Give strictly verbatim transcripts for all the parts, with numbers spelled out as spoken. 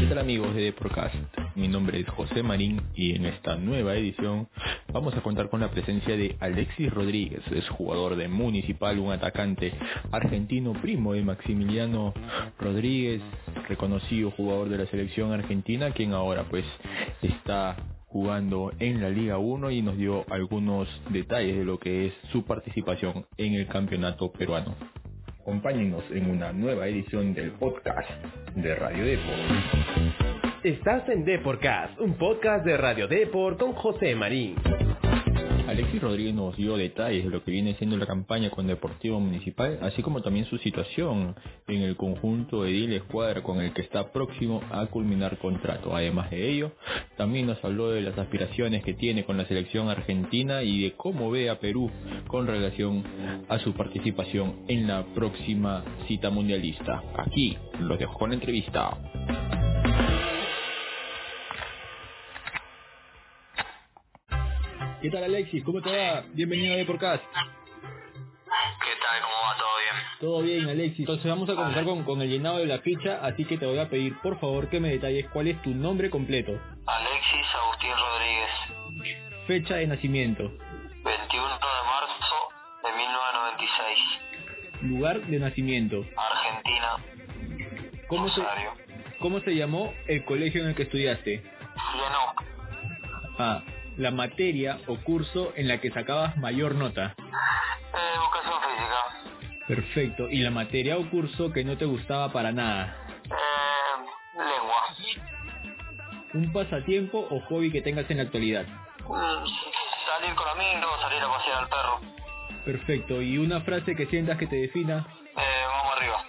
tal amigos de Deporcast? Mi nombre es José Marín y en esta nueva edición vamos a contar con la presencia de Alexis Rodríguez, es jugador de Municipal, un atacante argentino primo de Maximiliano Rodríguez, reconocido jugador de la selección argentina, quien ahora pues está jugando en la Liga uno y nos dio algunos detalles de lo que es su participación en el campeonato peruano. Acompáñenos en una nueva edición del podcast de Radio Depor. Estás en Deporcast, un podcast de Radio Depor con José Marín. Alexis Rodríguez nos dio detalles de lo que viene siendo la campaña con Deportivo Municipal, así como también su situación en el conjunto Edil Escuadra con el que está próximo a culminar contrato. Además de ello, también nos habló de las aspiraciones que tiene con la selección argentina y de cómo ve a Perú con relación a su participación en la próxima cita mundialista. Aquí los dejo con la entrevista. ¿Qué tal, Alexis? ¿Cómo te va? Bienvenido a Deporcast. ¿Qué tal? ¿Cómo va? ¿Todo bien? Todo bien, Alexis. Entonces vamos a comenzar con, con el llenado de la ficha, así que te voy a pedir, por favor, que me detalles cuál es tu nombre completo. Alexis Agustín Rodríguez. Fecha de nacimiento. veintiuno de marzo de mil novecientos noventa y seis. Lugar de nacimiento. Argentina. ¿Cómo se, Rosario. ¿Cómo se llamó el colegio en el que estudiaste? Cienú. Ah, la materia o curso en la que sacabas mayor nota. Eh, educación física. Perfecto. ¿Y la materia o curso que no te gustaba para nada? Eh, lengua. ¿Un pasatiempo o hobby que tengas en la actualidad? Mm, salir con amigos, salir a pasear al perro. Perfecto. ¿Y una frase que sientas que te defina? Eh, vamos arriba.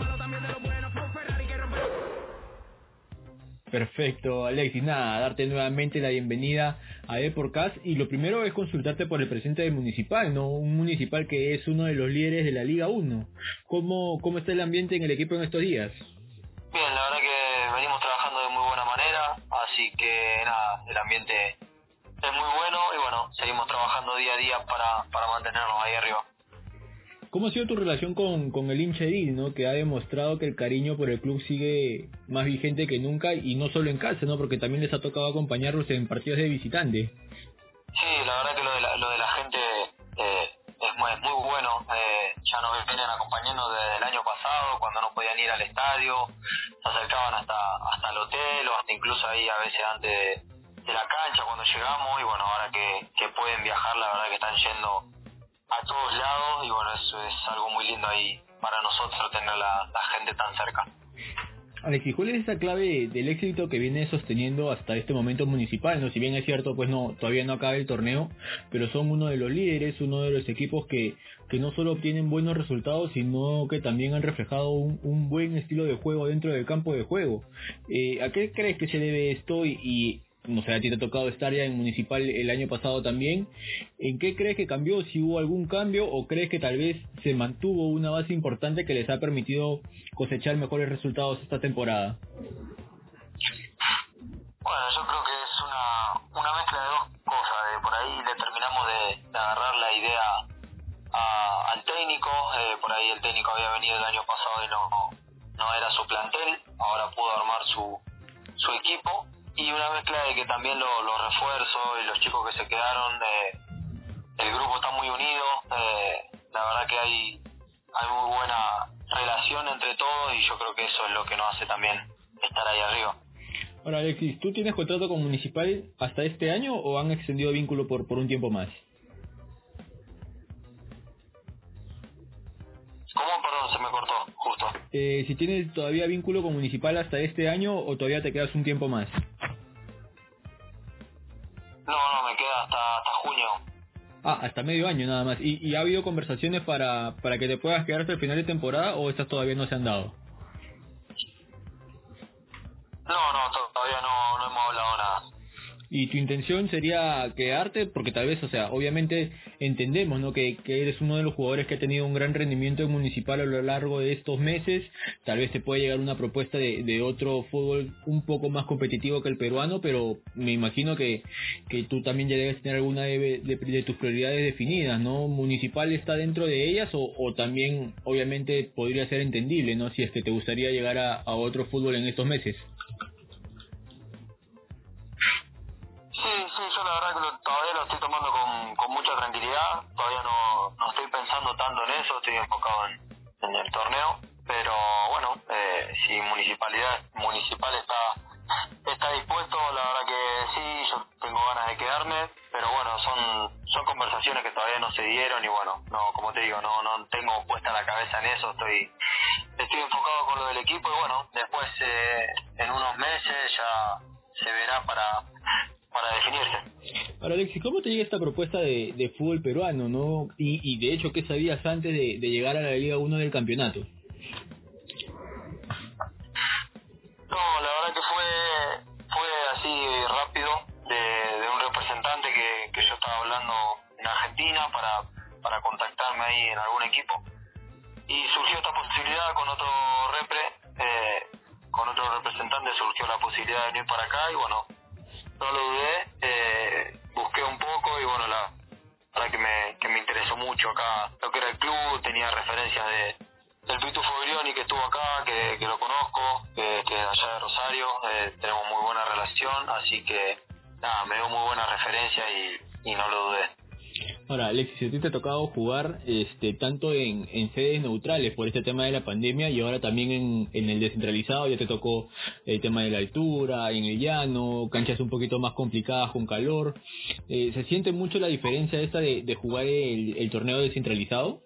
Perfecto, Alexis. Nada, darte nuevamente la bienvenida a Deporcast y lo primero es consultarte por el presente del Municipal, ¿no? Un Municipal que es uno de los líderes de la Liga uno. ¿Cómo, cómo está el ambiente en el equipo en estos días? Bien, la verdad que venimos trabajando de muy buena manera, así que nada, el ambiente es muy bueno y bueno, seguimos trabajando día a día para, para mantenernos ahí arriba. ¿Cómo ha sido tu relación con, con el hincha Edil, ¿no? Que ha demostrado que el cariño por el club sigue más vigente que nunca y no solo en casa, ¿no? Porque también les ha tocado acompañarlos en partidos de visitante. Sí, la verdad que lo de la, lo de la gente eh, es, muy, es muy bueno. Eh, ya nos vienen acompañando desde el año pasado, cuando no podían ir al estadio, se acercaban hasta hasta el hotel o hasta incluso ahí a veces antes de, de la cancha cuando llegamos y bueno, ahora que, que pueden viajar, la verdad que están yendo a todos lados y bueno, eso es algo muy lindo ahí para nosotros tener la, la gente tan cerca. Alexis, ¿cuál es esa clave del éxito que viene sosteniendo hasta este momento Municipal? No, si bien es cierto, pues no, todavía no acaba el torneo, pero son uno de los líderes, uno de los equipos que, que no solo obtienen buenos resultados, sino que también han reflejado un, un buen estilo de juego dentro del campo de juego. Eh, ¿A qué crees que se debe esto? Y, y no sé, a ti te ha tocado estar ya en Municipal el año pasado también. ¿En qué crees que cambió? ¿Si hubo algún cambio o crees que tal vez se mantuvo una base importante que les ha permitido cosechar mejores resultados esta temporada? Bueno, yo creo que es una, una mezcla de dos cosas. De por ahí le terminamos de, de agarrar la idea a, al técnico. Eh, por ahí el técnico había venido el año pasado y no, no era su plantel. Ahora pudo armar su, su equipo. Y una mezcla de que también lo, los refuerzos y los chicos que se quedaron, eh, el grupo está muy unido, eh, la verdad que hay, hay muy buena relación entre todos y yo creo que eso es lo que nos hace también estar ahí arriba. Ahora, Alexis, ¿tú tienes contrato con Municipal hasta este año o han extendido vínculo por, por un tiempo más? ¿Cómo? Perdón, se me cortó, justo. Eh, si tienes todavía vínculo con Municipal hasta este año o todavía te quedas un tiempo más. No, no, me queda hasta, hasta junio. Ah, hasta medio año nada más. ¿Y, y ha habido conversaciones para, para que te puedas quedar hasta el final de temporada o estas todavía no se han dado? No, no, todavía no, no hemos hablado nada. ¿Y tu intención sería quedarte? Porque tal vez, o sea, obviamente entendemos, ¿no? Que, que eres uno de los jugadores que ha tenido un gran rendimiento en Municipal a lo largo de estos meses. Tal vez te puede llegar una propuesta de, de otro fútbol un poco más competitivo que el peruano, pero me imagino que, que tú también ya debes tener alguna de, de, de tus prioridades definidas, ¿no? ¿Municipal está dentro de ellas o, o también, obviamente, podría ser entendible, ¿no? Si es que te gustaría llegar a, a otro fútbol en estos meses. si municipalidad municipal está está dispuesto, la verdad que sí, yo tengo ganas de quedarme, pero bueno, son son conversaciones que todavía no se dieron y bueno, no, como te digo, no no tengo puesta la cabeza en eso, estoy estoy enfocado con lo del equipo y bueno, después eh, en unos meses ya se verá para para definirse. Ahora, Alexis, ¿cómo te llega esta propuesta de, de fútbol peruano, no? Y, y de hecho, ¿qué sabías antes de, de llegar a la Liga uno del campeonato? No, la verdad que fue fue así rápido de, de un representante que, que yo estaba hablando en Argentina para, para contactarme ahí en algún equipo y surgió esta posibilidad con otro repre, eh, con otro representante surgió la posibilidad de venir para acá y bueno, no lo dudé, eh, busqué un poco y bueno, la verdad que me, que me interesó mucho acá lo que era el club, tenía referencias de del Pitufo Brioni que estuvo acá, que, que lo conozco, que, que allá de Rosario, eh, tenemos muy buena relación, así que nada, me dio muy buena referencia y, y no lo dudé. Ahora, Alexis, a ti te ha tocado jugar este tanto en, en sedes neutrales por este tema de la pandemia y ahora también en, en el descentralizado, ya te tocó el tema de la altura, en el llano, canchas un poquito más complicadas con calor. Eh, ¿Se siente mucho la diferencia esta de, de jugar el, el torneo descentralizado?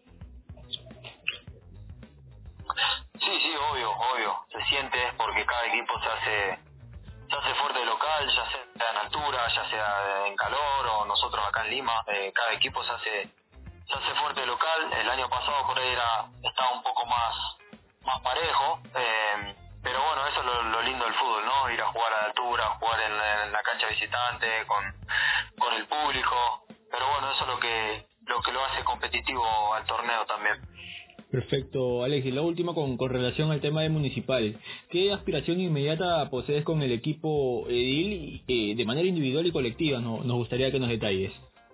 Sí, sí, obvio, obvio, se siente porque cada equipo se hace se hace fuerte de local, ya sea en altura, ya sea en calor o nosotros acá en Lima, eh, cada equipo se hace se hace fuerte de local. El año pasado por ahí era estaba un poco más más parejo, eh, pero bueno, eso es lo, lo lindo del fútbol, ¿no? Ir a jugar a la altura, jugar en la, en la cancha visitante con con el público, pero bueno, eso es lo que lo que lo hace competitivo al torneo también. Perfecto, Alexis. La última con, con relación al tema de Municipal. ¿Qué aspiración inmediata posees con el equipo Edil eh, de manera individual y colectiva? No, nos gustaría que nos detalles.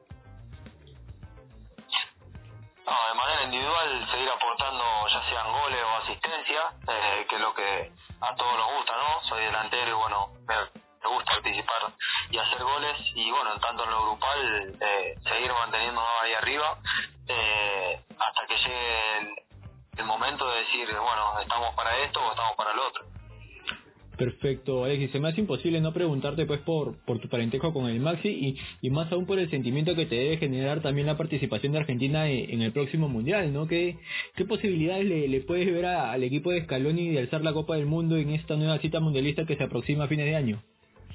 No, de manera individual seguir aportando ya sean goles o asistencia, eh, que es lo que a todos nos gusta, ¿no? Soy delantero y bueno, me, me gusta participar y hacer goles y bueno, tanto en lo grupal, eh, seguir manteniéndonos ahí arriba eh, hasta que llegue el, el momento de decir, bueno, estamos para esto o estamos para lo otro. Perfecto, Alexis, se me hace imposible no preguntarte pues por por tu parentesco con el Maxi y, y más aún por el sentimiento que te debe generar también la participación de Argentina en, en el próximo Mundial, ¿no? ¿Qué, qué posibilidades le, le puedes ver a, al equipo de Scaloni de alzar la Copa del Mundo en esta nueva cita mundialista que se aproxima a fines de año?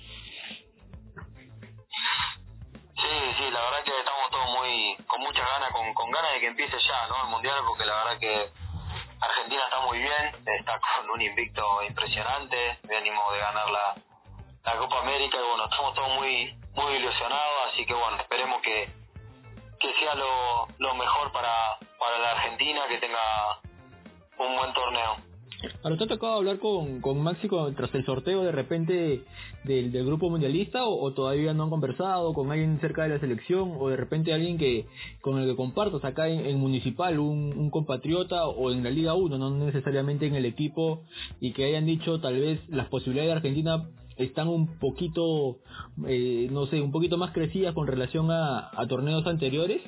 Sí, sí, la verdad que estamos todos muy con muchas ganas, con, con ganas de que empiece ya, ¿no? El Mundial, porque la verdad que Argentina está muy bien, está con un invicto impresionante, venimos de ganar la, la Copa América y bueno, estamos todos muy muy ilusionados, así que bueno, esperemos que que sea lo, lo mejor para, para la Argentina, que tenga un buen torneo. ¿Ahora te ha tocado hablar con, con Maxi con, tras el sorteo de repente del, del grupo mundialista o, o todavía no han conversado con alguien cerca de la selección o de repente alguien que con el que compartas acá en, en Municipal, un, un compatriota o en la Liga uno, no necesariamente en el equipo, y que hayan dicho tal vez las posibilidades de Argentina están un poquito, eh, no sé, un poquito más crecidas con relación a, a torneos anteriores?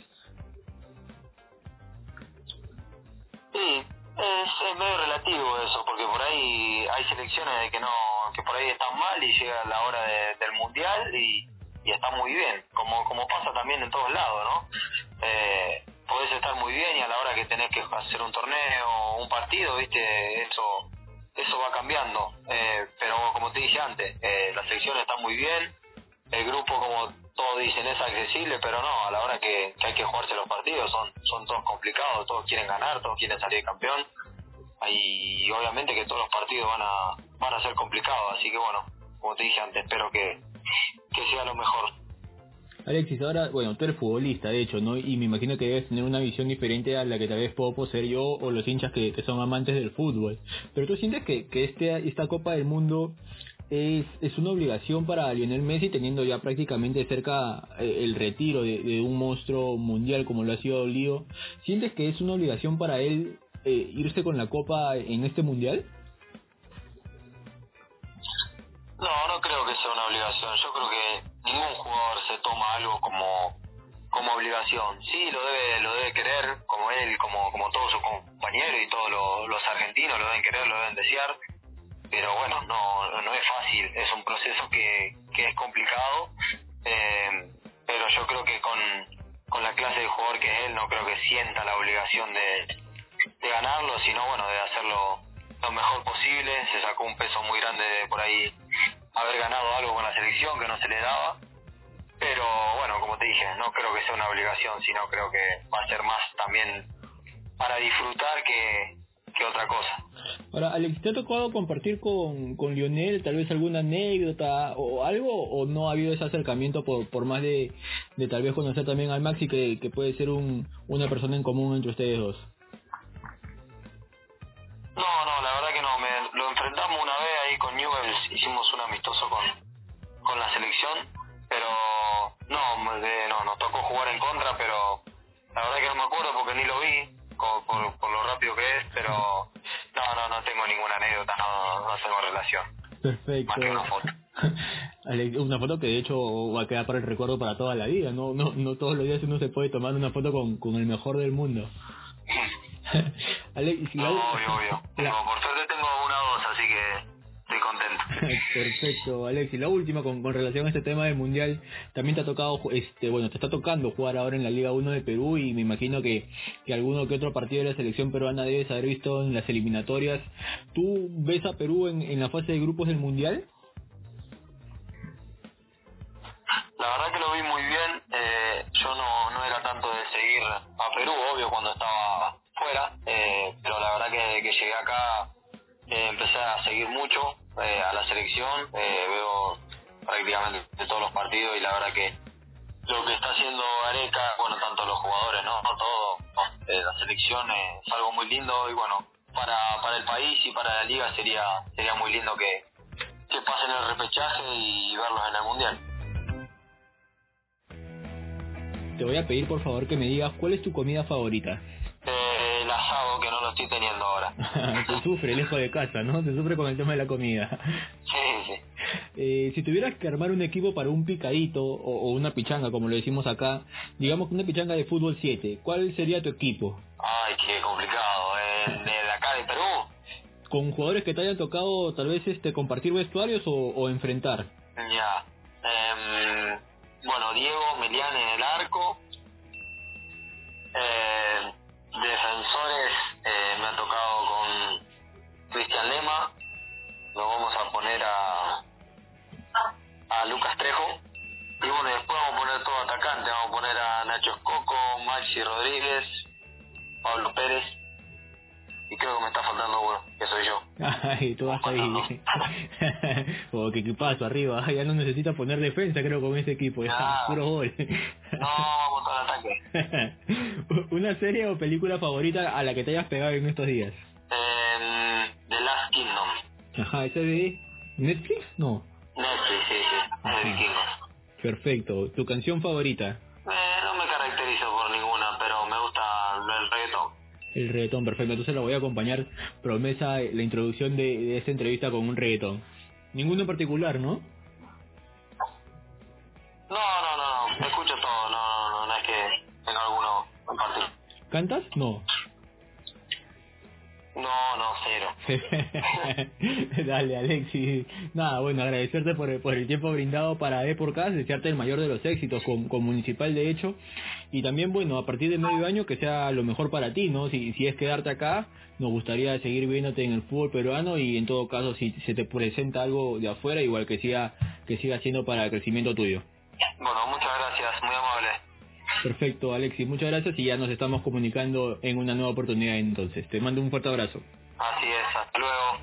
Sí, es, es medio relativo eso, porque por ahí hay selecciones de que no, que por ahí están mal y llega la hora de, del mundial y, y está muy bien, como como pasa también en todos lados, ¿no? Eh, podés estar muy bien y a la hora que tenés que hacer un torneo o un partido, viste, eso eso va cambiando, eh, pero como te dije antes, eh, la selección está muy bien, el grupo, como todos dicen, es accesible, pero no, a la hora que, que hay que jugarse los partidos son son todos complicados, todos quieren ganar, todos quieren salir campeón y obviamente que todos los partidos van a van a ser complicados, así que bueno, como te dije antes, espero que, que sea lo mejor. Alexis, ahora, bueno, tú eres futbolista, de hecho, ¿no? Y me imagino que debes tener una visión diferente a la que tal vez puedo poseer yo o los hinchas que, que son amantes del fútbol. Pero tú sientes que, que este esta Copa del Mundo es es una obligación para Lionel Messi, teniendo ya prácticamente cerca eh, el retiro de, de un monstruo mundial como lo ha sido Lío. ¿Sientes que es una obligación para él eh, irse con la Copa en este Mundial? No, no creo que sea una obligación. Yo creo que ningún jugador se toma algo como como obligación. Sí, lo debe lo debe querer, como él, como como todos sus compañeros y todos los, los argentinos lo deben querer, lo deben desear. pero bueno, no no es fácil, es un proceso que, que es complicado, eh, pero yo creo que con, con la clase de jugador que es él, no creo que sienta la obligación de, de ganarlo, sino bueno, de hacerlo lo mejor posible. Se sacó un peso muy grande de por ahí haber ganado algo con la selección que no se le daba, pero bueno, como te dije, no creo que sea una obligación, sino creo que va a ser más también para disfrutar que, que otra cosa. Ahora, Alex, ¿te ha tocado compartir con, con Lionel tal vez alguna anécdota o algo, o no ha habido ese acercamiento por por más de, de tal vez conocer también al Maxi, que, que puede ser un una persona en común entre ustedes dos? No, no, la verdad que no, me, lo enfrentamos una vez ahí con Newell's, hicimos un amistoso con, con la selección, pero no, de, no, nos tocó jugar en contra, pero la verdad que no me acuerdo porque ni lo vi, por, por, por lo rápido que es, pero no, no, no tengo ninguna anécdota, no, no tengo relación. Perfecto. Más que una foto. Alex, una foto que de hecho va a quedar para el recuerdo para toda la vida, no no no todos los días uno se puede tomar una foto con, con el mejor del mundo. Alex, no, la... obvio, obvio. La... No, por suerte tengo una o dos, así que estoy contento. Perfecto, Alex. Y la última, con, con relación a este tema del Mundial, también te ha tocado, este bueno, te está tocando jugar ahora en la Liga uno de Perú, y me imagino que, que alguno que otro partido de la selección peruana debes haber visto en las eliminatorias. ¿Tú ves a Perú en, en la fase de grupos del Mundial? La verdad que lo vi muy bien. Eh, yo no, no era tanto de seguir a Perú, obvio, cuando estaba fuera, eh, pero la verdad que, que llegué acá, eh, empecé a seguir mucho eh, a la selección, eh, veo prácticamente de todos los partidos, y la verdad que lo que está haciendo Gareca, bueno, tanto los jugadores, no, no todo, no, eh, la selección eh, es algo muy lindo, y bueno, para para el país y para la liga sería sería muy lindo que, que pasen el repechaje y verlos en el Mundial. Te voy a pedir por favor que me digas cuál es tu comida favorita. Eh, el asado, que no lo estoy teniendo ahora. Se sufre lejos de casa, ¿no? Se sufre con el tema de la comida. Sí, sí. Eh, si tuvieras que armar un equipo para un picadito o, o una pichanga, como lo decimos acá, digamos una pichanga de fútbol siete, ¿cuál sería tu equipo? Ay, qué complicado. Eh, de acá de Perú. ¿Con jugadores que te hayan tocado tal vez este compartir vestuarios o, o enfrentar? Ya. Eh, bueno, Diego Melián en el arco. Eh, defensores, eh, me ha tocado con Cristian Lema. Lo vamos a poner a a Lucas Trejo. Y bueno, después vamos a poner todo atacante. Vamos a poner a Nacho Escoco, Maxi Rodríguez, Pablo Pérez. Y creo que me está faltando uno, que soy yo. Ay, tú vas ahí. Oh, qué equipazo arriba. Ya no necesitas poner defensa, creo, con ese equipo. Ya, ah, puro gol. No, vamos todo al ataque. ¿Una serie o película favorita a la que te hayas pegado en estos días? Eh, The Last Kingdom. Ajá, ¿ese de Netflix? No. Netflix, sí, sí. De vikingos. Perfecto. ¿Tu canción favorita? Eh, no me caracterizo por ninguna, pero me gusta el reggaetón. El reggaetón, perfecto. Entonces lo voy a acompañar, promesa, la introducción de, de esta entrevista con un reggaetón. Ninguno en particular, ¿no? No, no, no, no. Escucho todo. No, no, no, no es que tenga alguno en particular. ¿Cantas? No. No, no, cero. Dale, Alexis. Nada, bueno, agradecerte por el, por el tiempo brindado para Deporcast, desearte el mayor de los éxitos con, con Municipal, de hecho, y también, bueno, a partir de medio año que sea lo mejor para ti, ¿no? Si, si es quedarte acá, nos gustaría seguir viéndote en el fútbol peruano, y en todo caso, si se te presenta algo de afuera, igual que siga, que siga siendo para el crecimiento tuyo. Bueno, muchas gracias, muy amable. Perfecto, Alexis, muchas gracias, y ya nos estamos comunicando en una nueva oportunidad entonces. Te mando un fuerte abrazo. Así es, hasta luego.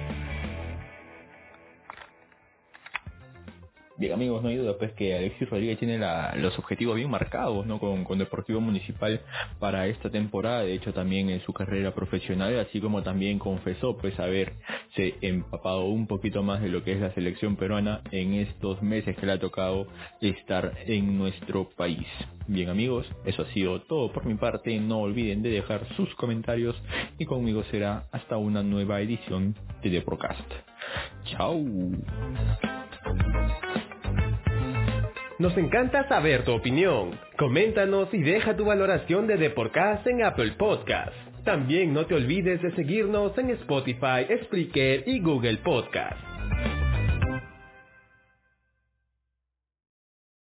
Bien, amigos, no hay duda pues que Alexis Rodríguez tiene la, los objetivos bien marcados, ¿no? Con, con Deportivo Municipal para esta temporada, de hecho también en su carrera profesional, así como también confesó pues haberse empapado un poquito más de lo que es la selección peruana en estos meses que le ha tocado estar en nuestro país. Bien, amigos, eso ha sido todo por mi parte. No olviden de dejar sus comentarios y conmigo será hasta una nueva edición de Deporcast. Chao. Nos encanta saber tu opinión. Coméntanos y deja tu valoración de Deporcast en Apple Podcast. También no te olvides de seguirnos en Spotify, Spreaker y Google Podcast.